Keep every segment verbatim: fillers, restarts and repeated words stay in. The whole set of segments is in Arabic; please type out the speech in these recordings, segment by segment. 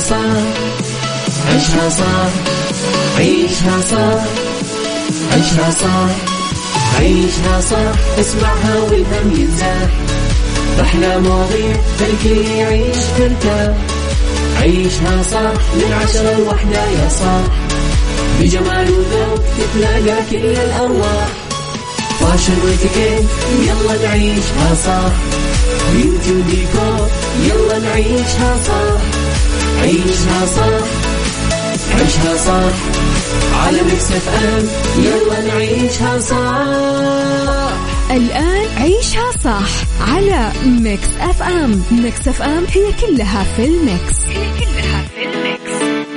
صح عيشها صح عيشها صح عيشها صح عيشها صح اسمعها والهم ينزاح أحلى مواضيع الكل يعيش ترتاح عيشها صح من عشرة لوحدة يا صاح بجمال وذوق تتلاقى كل الأرواح فاشل واتيكيت يلا نعيشها صح بيوتي وديكور يلا نعيشها صح عيشها صح عيشها صح على ميكس اف ام يلا نعيشها صح. الآن عيشها صح على ميكس اف ام. ميكس اف ام هي كلها في الميكس هي كلها في الميكس.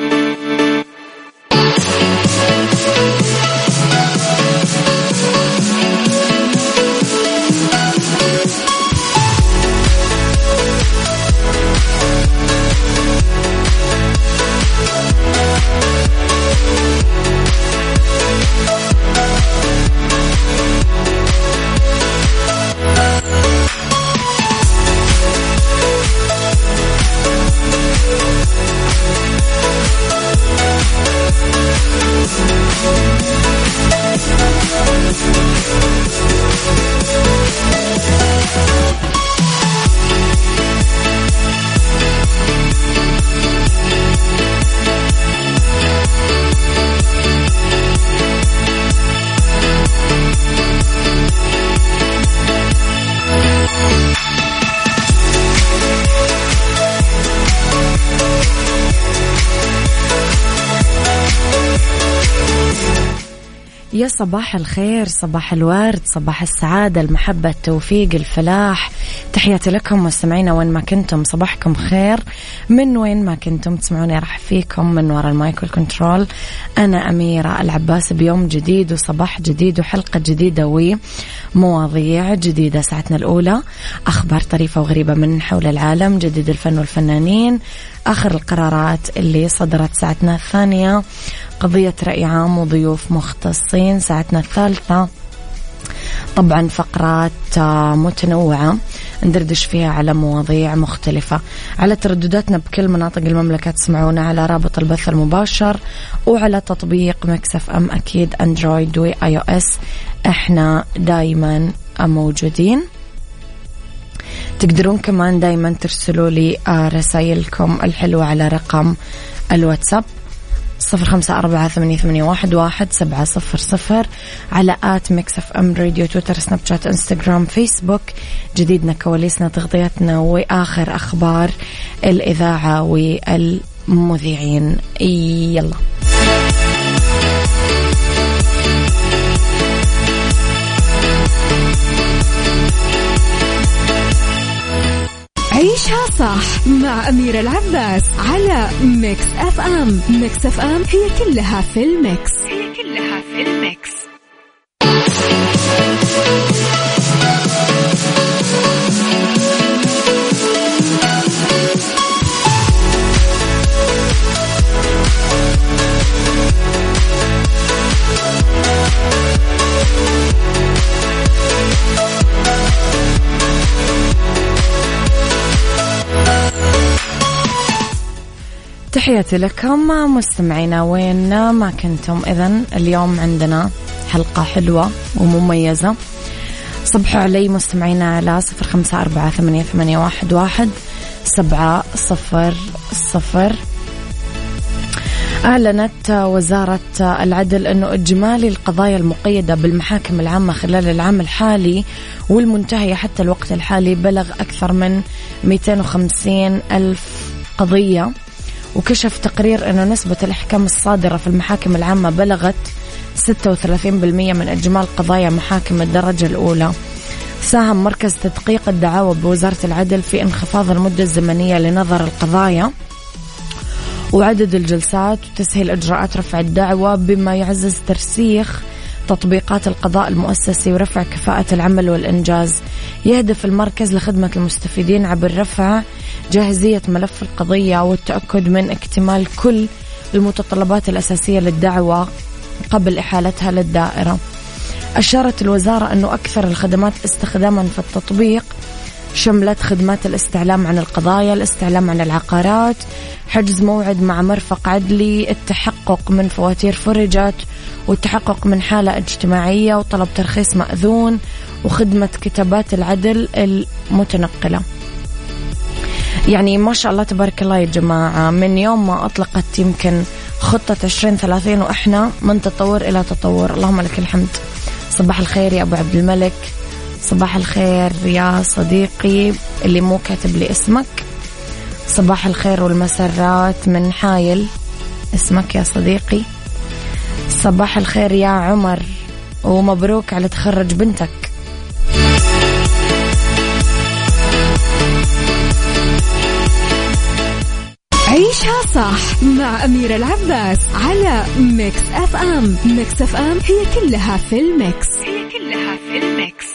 يا صباح الخير، صباح الورد، صباح السعادة، المحبة، التوفيق، الفلاح. تحياتي لكم مستمعينا وين ما كنتم، صباحكم خير من وين ما كنتم تسمعوني. راح فيكم من وراء المايك والكنترول أنا أميرة العباس بيوم جديد وصباح جديد وحلقة جديدة ومواضيع جديدة. ساعتنا الأولى أخبار طريفة وغريبة من حول العالم، جديد الفن والفنانين، آخر القرارات اللي صدرت. ساعتنا الثانية قضية رأي عام وضيوف مختصين. ساعتنا الثالثة طبعا فقرات متنوعة ندردش فيها على مواضيع مختلفة. على تردداتنا بكل مناطق المملكة تسمعونا على رابط البث المباشر وعلى تطبيق ميكس اف ام أكيد أندرويد وآي أو إس، احنا دايما موجودين. تقدرون كمان دايما ترسلوا لي رسائلكم الحلوة على رقم الواتساب صفر خمسة أربعة ثمانية ثمانية واحد واحد سبعة صفر صفر، على آت ميكس اف ام راديو، تويتر، سناب شات، انستغرام، فيسبوك. جديدنا، كواليسنا، تغطياتنا وآخر أخبار الإذاعة والمذيعين. يلا عيشها صح مع أميرة العباس على ميكس اف ام. ميكس اف ام هي كلها في الميكس هي كلها في الميكس. تحياتي لكم مستمعينا وين ما كنتم. إذن اليوم عندنا حلقة حلوة ومميزة. صبحوا علي مستمعينا على صفر خمسة أربعة ثمانية ثمانية واحد واحد سبعة صفر صفر. أعلنت وزارة العدل أنه إجمالي القضايا المقيدة بالمحاكم العامة خلال العام الحالي والمنتهية حتى الوقت الحالي بلغ أكثر من مئتين وخمسين ألف قضية. وكشف تقرير أنه نسبة الأحكام الصادرة في المحاكم العامة بلغت ستة وثلاثين بالمئة من إجمال قضايا محاكم الدرجة الأولى. ساهم مركز تدقيق الدعاوى بوزارة العدل في انخفاض المدة الزمنية لنظر القضايا وعدد الجلسات وتسهيل إجراءات رفع الدعوى، بما يعزز ترسيخ تطبيقات القضاء المؤسسي ورفع كفاءة العمل والإنجاز. يهدف المركز لخدمة المستفيدين عبر رفع جاهزية ملف القضية والتأكد من اكتمال كل المتطلبات الأساسية للدعوة قبل إحالتها للدائرة. أشارت الوزارة أنه أكثر الخدمات استخداما في التطبيق شملت خدمات الاستعلام عن القضايا، الاستعلام عن العقارات، حجز موعد مع مرفق عدلي، التحقق من فواتير فرجت، والتحقق من حالة اجتماعية، وطلب ترخيص مأذون، وخدمة كتابات العدل المتنقلة. يعني ما شاء الله تبارك الله يا جماعة، من يوم ما أطلقت يمكن خطة عشرين ثلاثين وإحنا من تطور إلى تطور، اللهم لك الحمد. صباح الخير يا أبو عبد الملك، صباح الخير يا صديقي اللي مو كاتب لي اسمك، صباح الخير والمسرات من حايل اسمك يا صديقي، صباح الخير يا عمر ومبروك على تخرج بنتك. عيشها صح مع أميرة العباس على ميكس أف أم. ميكس أف أم هي كلها في الميكس، هي كلها في الميكس.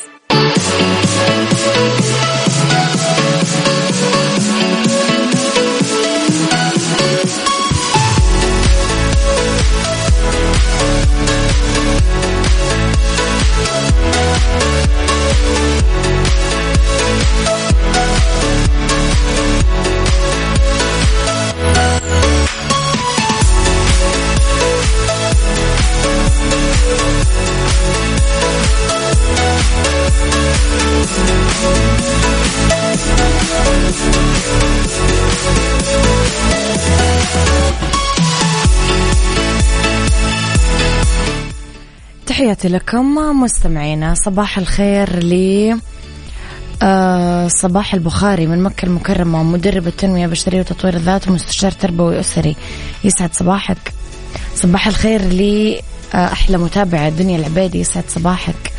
تحياتي لكم مستمعينا. صباح الخير ل آه صباح البخاري من مكة المكرمة، مدرب التنمية البشرية وتطوير الذات ومستشار تربوي أسري. يسعد صباحك. صباح الخير ل آه أحلى متابعة دنيا العبيدي، يسعد صباحك.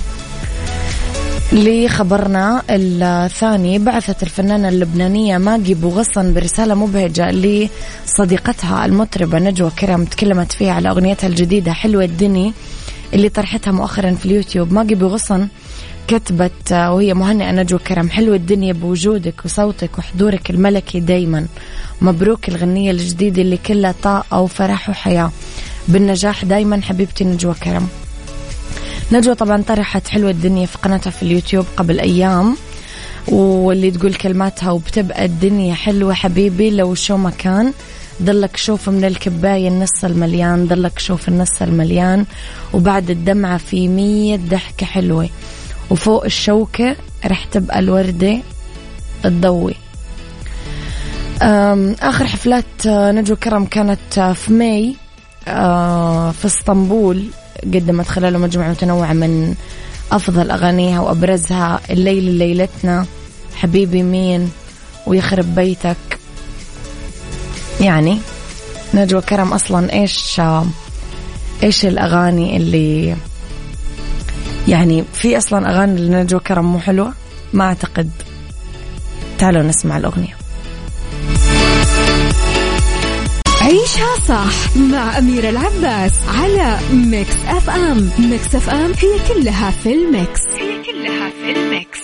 لخبرنا الثاني، بعثت الفنانة اللبنانية ماجي بوغصن برسالة مبهجة لصديقتها المطربة نجوى كرم، تكلمت فيها على أغنيتها الجديدة حلوة الدني اللي طرحتها مؤخرا في اليوتيوب. ماجي بوغصن كتبت وهي مهنئة نجوى كرم: حلوة الدنيا بوجودك وصوتك وحضورك الملكي دايما، مبروك الغنية الجديدة اللي كلها طاقة وفرح وحياة، بالنجاح دايما حبيبتي نجوى كرم. نجوى طبعا طرحت حلوة الدنيا في قناتها في اليوتيوب قبل أيام، واللي تقول كلماتها: وبتبقى الدنيا حلوة حبيبي لو شو ما كان، ضلك شوف من الكباية النص المليان، ضلك شوف النص المليان، وبعد الدمعة في مية ضحكة حلوة، وفوق الشوكة رح تبقى الوردة تضوي. آخر حفلات نجوى كرم كانت في ماي في اسطنبول، قدمت خلاله مجموعة متنوعة من أفضل أغانيها وأبرزها الليل ليلتنا، حبيبي مين، ويخرب بيتك. يعني نجوى كرم أصلا إيش إيش الأغاني اللي يعني في أصلا أغاني لنجوى كرم مو حلوة؟ ما أعتقد. تعالوا نسمع الأغنية. عيشها صح مع أميرة العباس على ميكس أف أم. ميكس أف أم هي كلها في الميكس، هي كلها في الميكس.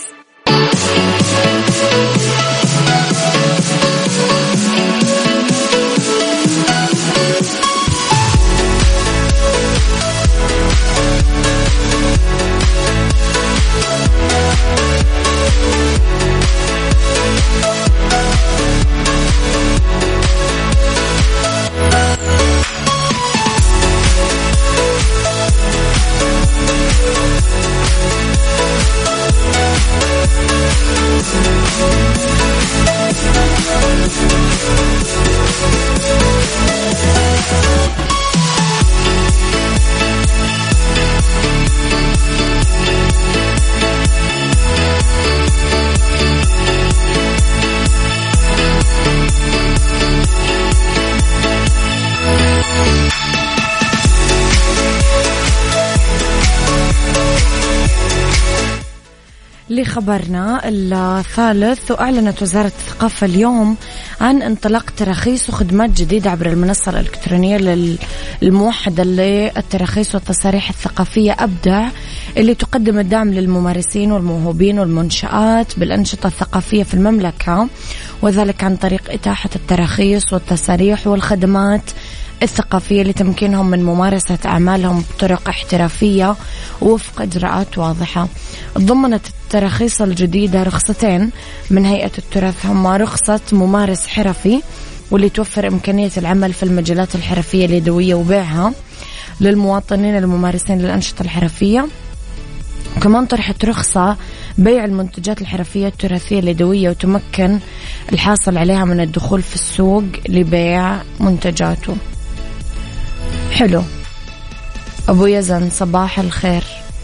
لخبرنا الثالث، وأعلنت وزارة الثقافة اليوم عن انطلاق تراخيص وخدمات جديدة عبر المنصة الإلكترونية الموحدة للتراخيص والتصاريح الثقافية أبدع، اللي تقدم الدعم للممارسين والموهوبين والمنشآت بالأنشطة الثقافية في المملكة، وذلك عن طريق إتاحة التراخيص والتصاريح والخدمات الثقافية لتمكينهم من ممارسة أعمالهم بطرق احترافية وفق إجراءات واضحة. ضمنت التراخيص الجديدة رخصتين من هيئة التراث، هما رخصة ممارس حرفي واللي توفر إمكانية العمل في المجالات الحرفية اليدوية وبيعها للمواطنين الممارسين للأنشطة الحرفية. كمان طرحت رخصة بيع المنتجات الحرفية التراثية اليدوية وتمكن الحاصل عليها من الدخول في السوق لبيع منتجاته. حلو. أبو يزن صباح الخير،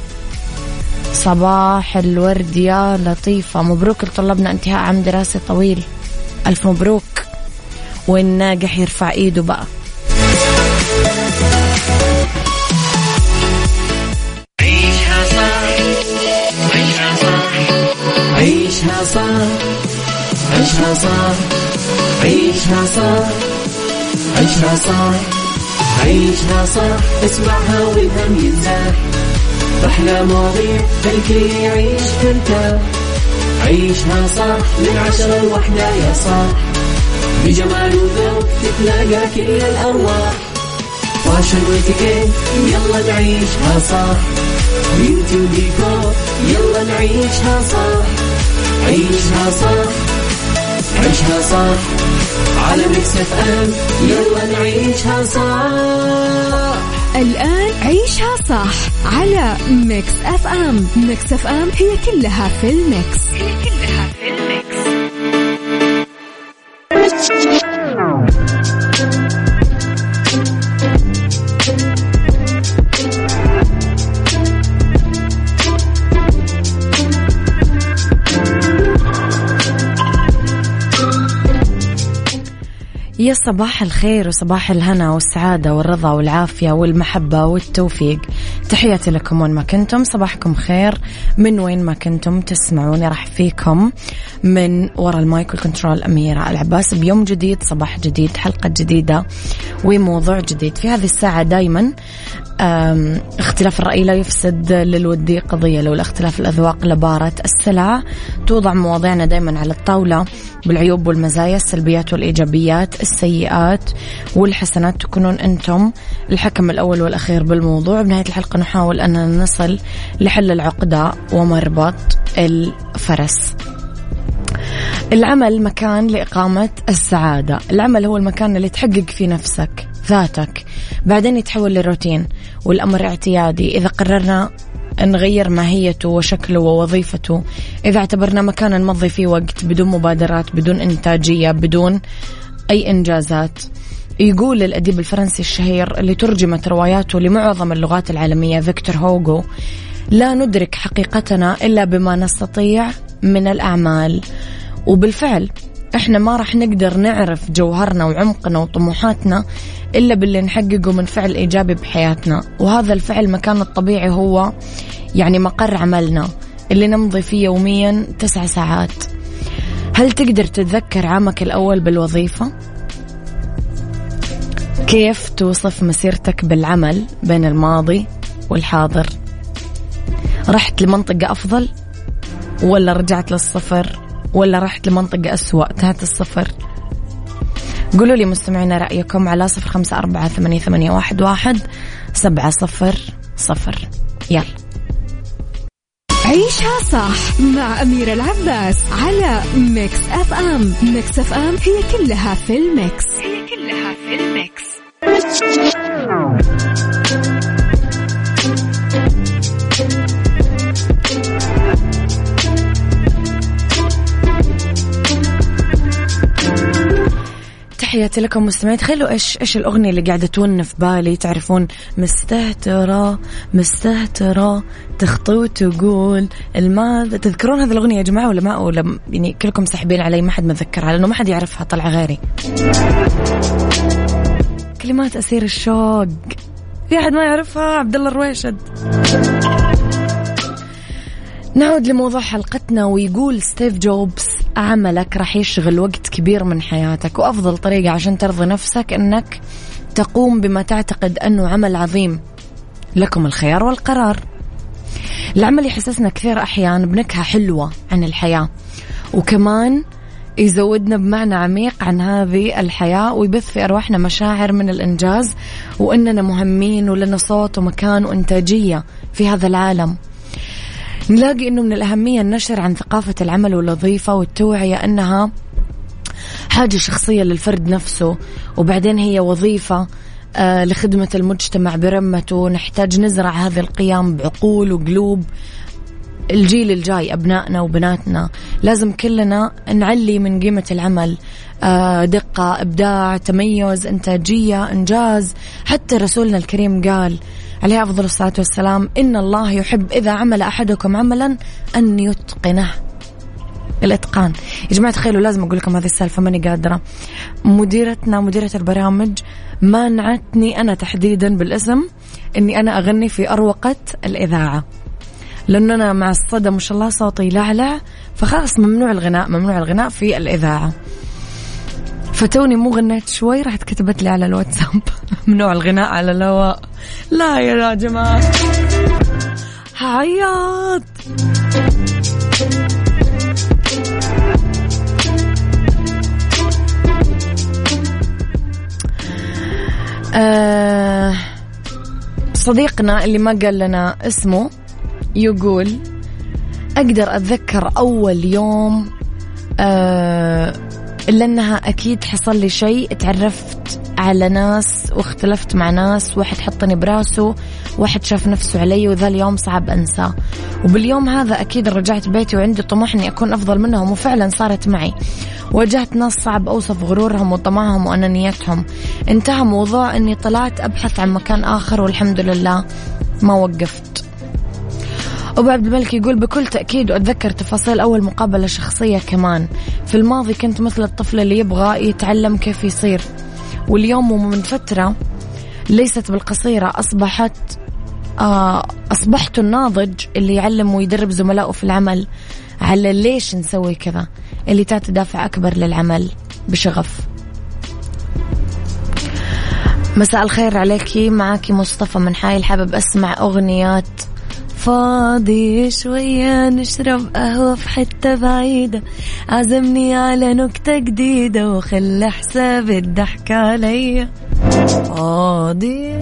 صباح الورد يا لطيفة، مبروك لطلبنا انتهاء عام دراسي طويل، ألف مبروك، والناجح يرفع ايده بقى. عيشها صح، عيشها صح، عيشها صح، عيشها صح، عيشها صح، عيشها صح، عيشها صح، اسمعها والهم ينزاح، أحلى مواضيع الكل يعيش ترتاح، عيشها صح من عشرة لوحدة يا صاح، بجمال وذوق تتلاقى كل الأرواح، فاشل واتيكيت يلا نعيشها صح، بيوتي وديكور يلا نعيشها صح، عيشها صح، عيشها صح، على ميكس اف ام يلا نعيشها صح. الآن عيشها صح على ميكس اف ام. ميكس اف ام هي كلها في الميكس، هي كلها في الميكس. يا صباح الخير وصباح الهنا والسعادة والرضا والعافية والمحبة والتوفيق، تحياتي لكم وين ما كنتم، صباحكم خير من وين ما كنتم تسمعوني. راح فيكم من وراء المايك والكنترول أميرة العباس بيوم جديد، صباح جديد، حلقة جديدة وموضوع جديد. في هذه الساعة دايما اختلاف الرأي لا يفسد للود قضية، لولا اختلاف الأذواق لبارة السلع. توضع مواضيعنا دايما على الطاولة بالعيوب والمزايا، السلبيات والإيجابيات، السيئات والحسنات، تكونون أنتم الحكم الأول والأخير بالموضوع. بنهاية الحلقة نحاول أننا نصل لحل العقدة ومربط الفرس. العمل مكان لإقامة السعادة، العمل هو المكان اللي تحقق فيه نفسك ذاتك، بعدين يتحول للروتين والأمر اعتيادي. إذا قررنا نغير ماهيته وشكله ووظيفته، إذا اعتبرنا مكانا نمضي فيه وقت بدون مبادرات، بدون إنتاجية، بدون أي إنجازات. يقول الأديب الفرنسي الشهير اللي ترجمت رواياته لمعظم اللغات العالمية فيكتور هوغو: لا ندرك حقيقتنا إلا بما نستطيع من الأعمال. وبالفعل احنا ما راح نقدر نعرف جوهرنا وعمقنا وطموحاتنا إلا باللي نحققه من فعل إيجابي بحياتنا، وهذا الفعل مكان الطبيعي هو يعني مقر عملنا اللي نمضي فيه يوميا تسع ساعات. هل تقدر تتذكر عامك الأول بالوظيفة؟ كيف توصف مسيرتك بالعمل بين الماضي والحاضر؟ رحت لمنطقة أفضل ولا رجعت للصفر ولا رحت لمنطقة أسوأ تحت الصفر؟ قولوا لي مستمعينا رأيكم على صفر خمسة أربعة ثمانية ثمانية واحد واحد سبعة صفر صفر. يلا عيشها صح مع أميرة العباس على ميكس اف ام. ميكس اف ام هي كلها في الميكس، هي كلها في الميكس. تحياتي لكم مستمعين. تخيلوا إيش إيش الأغنية اللي قاعدة تونف بالي، تعرفون مستهترة مستهترة تخطو وتقول الماذا. تذكرون هذه الأغنية يا جماعة ولا ما؟ ولا يعني كلكم ساحبين علي ما حد مذكرها لأنه ما حد يعرفها طلع غيري. كلمات أسير الشوق، في أحد ما يعرفها؟ عبد الله الرويشد. نعود لموضوع حلقتنا. ويقول ستيف جوبز: عملك راح يشغل وقت كبير من حياتك، وأفضل طريقة عشان ترضي نفسك أنك تقوم بما تعتقد أنه عمل عظيم. لكم الخيار والقرار. العمل يحسسنا كثير أحيان بنكهة حلوة عن الحياة، وكمان يزودنا بمعنى عميق عن هذه الحياة، ويبث في أرواحنا مشاعر من الإنجاز وإننا مهمين ولنا صوت ومكان وإنتاجية في هذا العالم. نلاقي إنه من الأهمية النشر عن ثقافة العمل والوظيفة والتوعية أنها حاجة شخصية للفرد نفسه، وبعدين هي وظيفة آه لخدمة المجتمع برمته. نحتاج نزرع هذه القيم بعقول وقلوب الجيل الجاي، أبنائنا وبناتنا. لازم كلنا نعلي من قيمة العمل، آه دقة، إبداع، تميز، إنتاجية، إنجاز. حتى رسولنا الكريم قال عليه أفضل الصلاة والسلام: إن الله يحب إذا عمل أحدكم عملا أن يتقنه. الإتقان يا جماعة، تخيلوا، لازم أقول لكم هذه السالفة، ماني قادرة. مديرتنا مديرة البرامج مانعتني أنا تحديدا بالاسم إني أنا أغني في أروقة الإذاعة، لأنه أنا مع الصدى ما شاء الله صوتي لعلع، فخلاص ممنوع الغناء، ممنوع الغناء في الإذاعة. فتوني مو غنيت شوي راحت كتبت لي على الواتساب ممنوع الغناء على الهواء. لا يا جماعة هعيط. أه صديقنا اللي ما قال لنا اسمه يقول: أقدر أتذكر أول يوم أه إلا أنها أكيد حصل لي شيء، تعرفت على ناس واختلفت مع ناس، واحد حطني براسه، واحد شاف نفسه علي، وذا اليوم صعب أنساه. وباليوم هذا أكيد رجعت بيتي وعندي طموح أني أكون أفضل منهم، وفعلا صارت معي. واجهت ناس صعب أوصف غرورهم وطمعهم وأنانيتهم. انتهى موضوع أني طلعت أبحث عن مكان آخر، والحمد لله ما وقفت. أبو عبد الملك يقول: بكل تأكيد، وأتذكر تفاصيل أول مقابلة شخصية كمان. في الماضي كنت مثل الطفل اللي يبغى يتعلم كيف يصير، واليوم ومن فترة ليست بالقصيرة أصبحت آه أصبحت الناضج اللي يعلم ويدرب زملائه في العمل على ليش نسوي كذا، اللي تعطي دافع أكبر للعمل بشغف. مساء الخير عليكي، معاكي مصطفى من حايل. حابب أسمع أغنيات فاضي شوية نشرب قهوة في حتة بعيدة، عزمني على نكتة جديدة وخلي حساب الضحك عليا. فاضي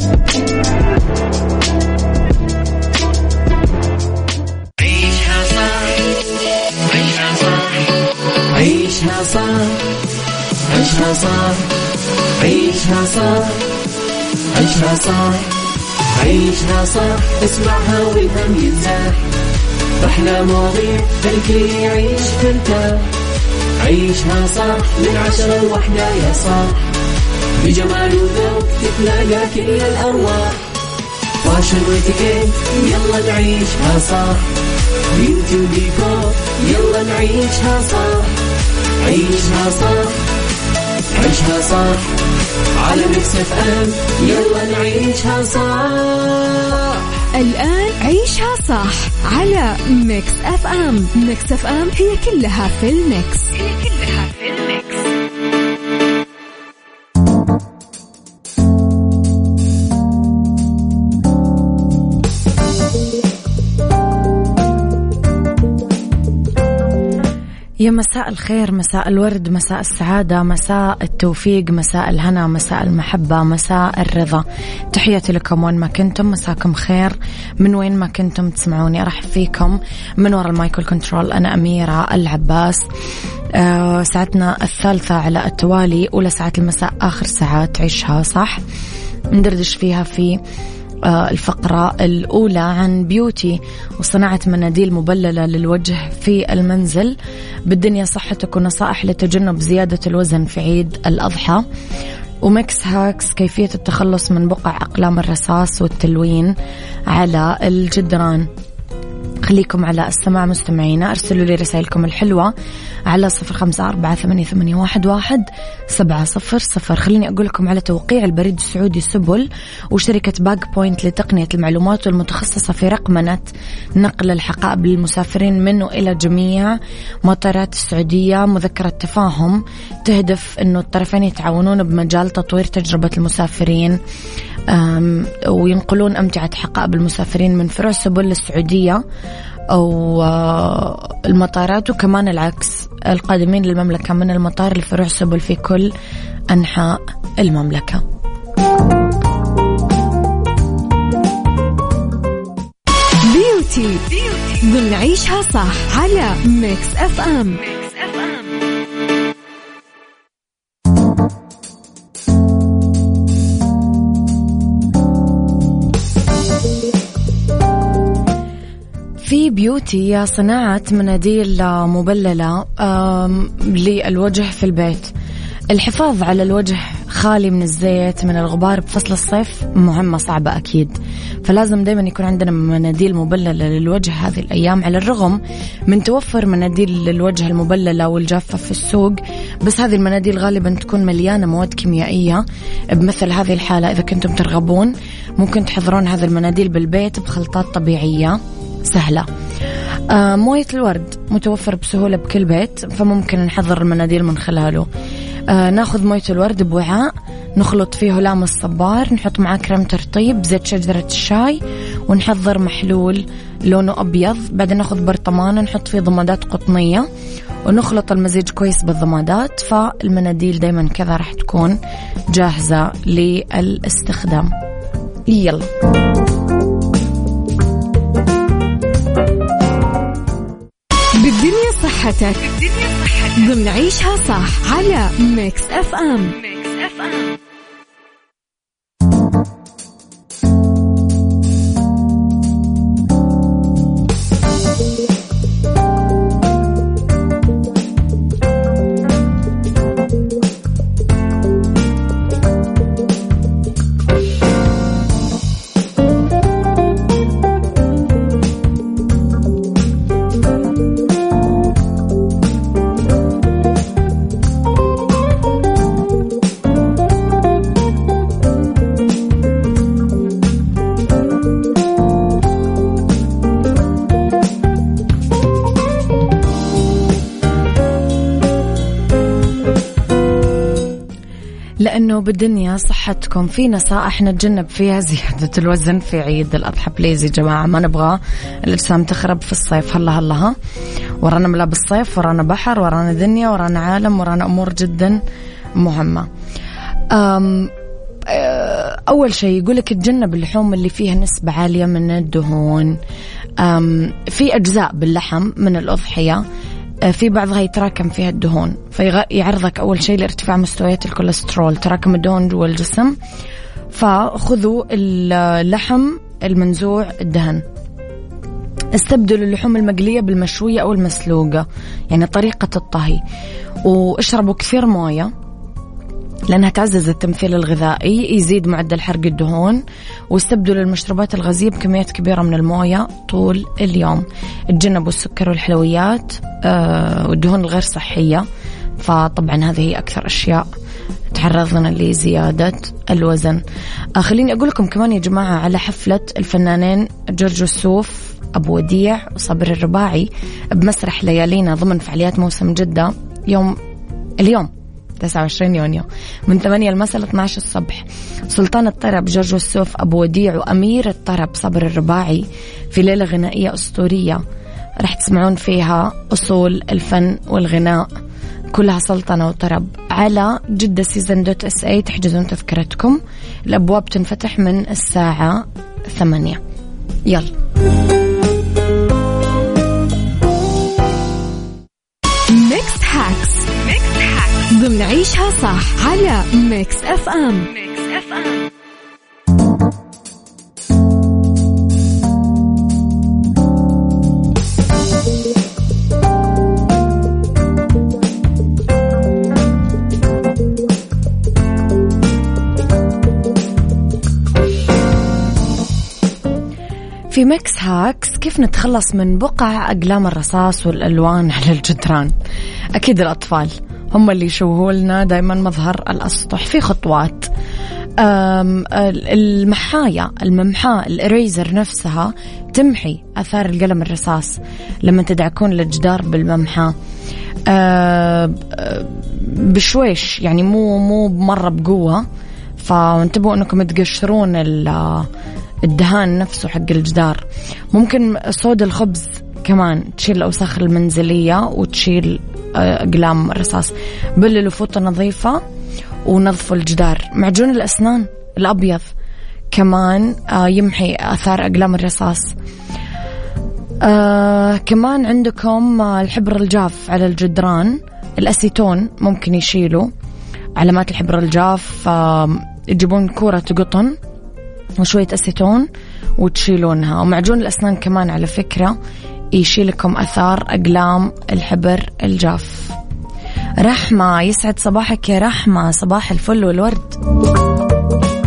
عيشها صح، عيشها صح، عيشها صح، عيشها صح، عيشها صح، عيشها صح، عيشها صح. اسمعها والهم ينزاح، أحلى مواضيع خلي يعيش ترتاح. عيشها صح من عشرة لوحدة يا صاح، بجمال وذوق تتلاقى كل الأرواح. فاشل واتيكيت يلا نعيشها صح، بيوتي وديكور يلا نعيشها صح. عيشها صح، عيشها صح، على ميكس اف ام يلا نعيشها صح. الآن عيشها صح على ميكس اف ام. ميكس اف ام هي كلها في الميكس، هي كلها في الميكس. يا مساء الخير، مساء الورد، مساء السعادة، مساء التوفيق، مساء الهنا، مساء المحبة، مساء الرضا. تحياتي لكم وين ما كنتم، مساكم خير من وين ما كنتم تسمعوني. أرحب فيكم من وراء المايكل كنترول، أنا أميرة العباس. آه ساعتنا الثالثة على التوالي، أولى ساعات المساء، آخر ساعات عيشها صح، ندردش فيها في الفقرة الأولى عن بيوتي وصناعة مناديل مبللة للوجه في المنزل، بالدنيا صحتك، ونصائح لتجنب زيادة الوزن في عيد الأضحى، وميكس هاكس كيفية التخلص من بقع أقلام الرصاص والتلوين على الجدران. خليكم على السماع مستمعينا، أرسلوا لي رسائلكم الحلوة على صفر خمسة أربعة ثمانية ثمانية واحد واحد سبعة صفر صفر. خليني أقول لكم على توقيع البريد السعودي سبل وشركة باك بوينت لتقنية المعلومات والمتخصصة في رقمنة نقل الحقائب للمسافرين من وإلى جميع مطارات السعودية. مذكرة تفاهم تهدف أنه الطرفين يتعاونون بمجال تطوير تجربة المسافرين وينقلون أمتعة حقائب المسافرين من فروع سبل للسعودية أو المطارات، وكمان العكس القادمين للمملكة من المطار لفروع سبل في كل أنحاء المملكة. بيوتي ضمن عيشها صح على ميكس أف أم. في بيوتي صناعة مناديل مبللة للوجه في البيت. الحفاظ على الوجه خالي من الزيت من الغبار بفصل الصيف مهمة صعبة أكيد، فلازم دايما يكون عندنا مناديل مبللة للوجه هذه الأيام. على الرغم من توفر مناديل للوجه المبللة والجافة في السوق، بس هذه المناديل غالبا تكون مليانة مواد كيميائية. بمثل هذه الحالة إذا كنتم ترغبون ممكن تحضرون هذه المناديل بالبيت بخلطات طبيعية سهلة. آه موية الورد متوفر بسهولة بكل بيت، فممكن نحضر المناديل من خلاله. آه ناخذ موية الورد بوعاء، نخلط فيه لام الصبار، نحط معاه كريم ترطيب، زيت شجرة الشاي، ونحضر محلول لونه أبيض. بعدين ناخذ برطمان نحط فيه ضمادات قطنية ونخلط المزيج كويس بالضمادات، فالمناديل دايما كذا راح تكون جاهزة للاستخدام. يلا بالدنيا صحتك ضمن عيشها صح على ميكس أف أم. لأنه بالدنيا صحتكم في نصائح نتجنب فيها زيادة الوزن في عيد الأضحى. بليز يا جماعة، ما نبغى الأجسام تخرب في الصيف. هلا هلا ها ورانا ملابس صيف، ورانا بحر، ورانا دنيا، ورانا عالم، ورانا أمور جدا مهمة. أم أول شيء يقولك تجنب اللحوم اللي فيها نسبة عالية من الدهون. أم في أجزاء باللحم من الأضحية في بعضها يتراكم فيها الدهون، فيعرضك أول شيء لارتفاع مستويات الكوليسترول، تراكم الدهون جوا الجسم. فخذوا اللحم المنزوع الدهن، استبدلوا اللحوم المقلية بالمشوية أو المسلوقة، يعني طريقة الطهي. واشربوا كثير موية لأنها تعزز التمثيل الغذائي، يزيد معدل حرق الدهون. واستبدلوا المشروبات الغازية بكميات كبيرة من الموية طول اليوم. تجنبوا السكر والحلويات آه والدهون الغير صحية، فطبعا هذه هي أكثر أشياء تعرضنا لزيادة الوزن. آه خليني أقول لكم كمان يا جماعة على حفلة الفنانين جورج وسوف، أبو وديع، وصابر الرباعي بمسرح ليالينا ضمن فعاليات موسم جدة يوم اليوم تسعة وعشرين يونيو من ثمانية المساء ل اثنعش الصبح. سلطان الطرب جورج وسوف، أبو وديع، وأمير الطرب صابر الرباعي في ليلة غنائية أسطورية رح تسمعون فيها أصول الفن والغناء، كلها سلطنة وطرب. على جدة سيزن دوت اس اي تحجزون تذكرتكم. الأبواب تنفتح من الساعة ثمانية. يلا ميكس هاكس ضمن عيشها صح على ميكس أف أم. في ميكس هاكس كيف نتخلص من بقع أقلام الرصاص والألوان على الجدران. أكيد الأطفال هم اللي يشوهوا لنا دايما مظهر الأسطح. في خطوات. المحاية الممحاة الإريزر نفسها تمحي أثار القلم الرصاص لما تدعكون الجدار بالممحاة بشويش، يعني مو مو مرة بقوة، فانتبهوا أنكم تقشرون الدهان نفسه حق الجدار. ممكن صودا الخبز كمان تشيل الأوساخ المنزلية وتشيل أقلام الرصاص. بللوا فوطة نظيفة ونظفوا الجدار. معجون الأسنان الأبيض كمان يمحي آثار أقلام الرصاص. آه كمان عندكم الحبر الجاف على الجدران، الأسيتون ممكن يشيلوا علامات الحبر الجاف. آه يجيبون كورة قطن وشوية أسيتون وتشيلونها. ومعجون الأسنان كمان على فكرة يشيلكم أثار أقلام الحبر الجاف. رحمة، يسعد صباحك يا رحمة، صباح الفل والورد.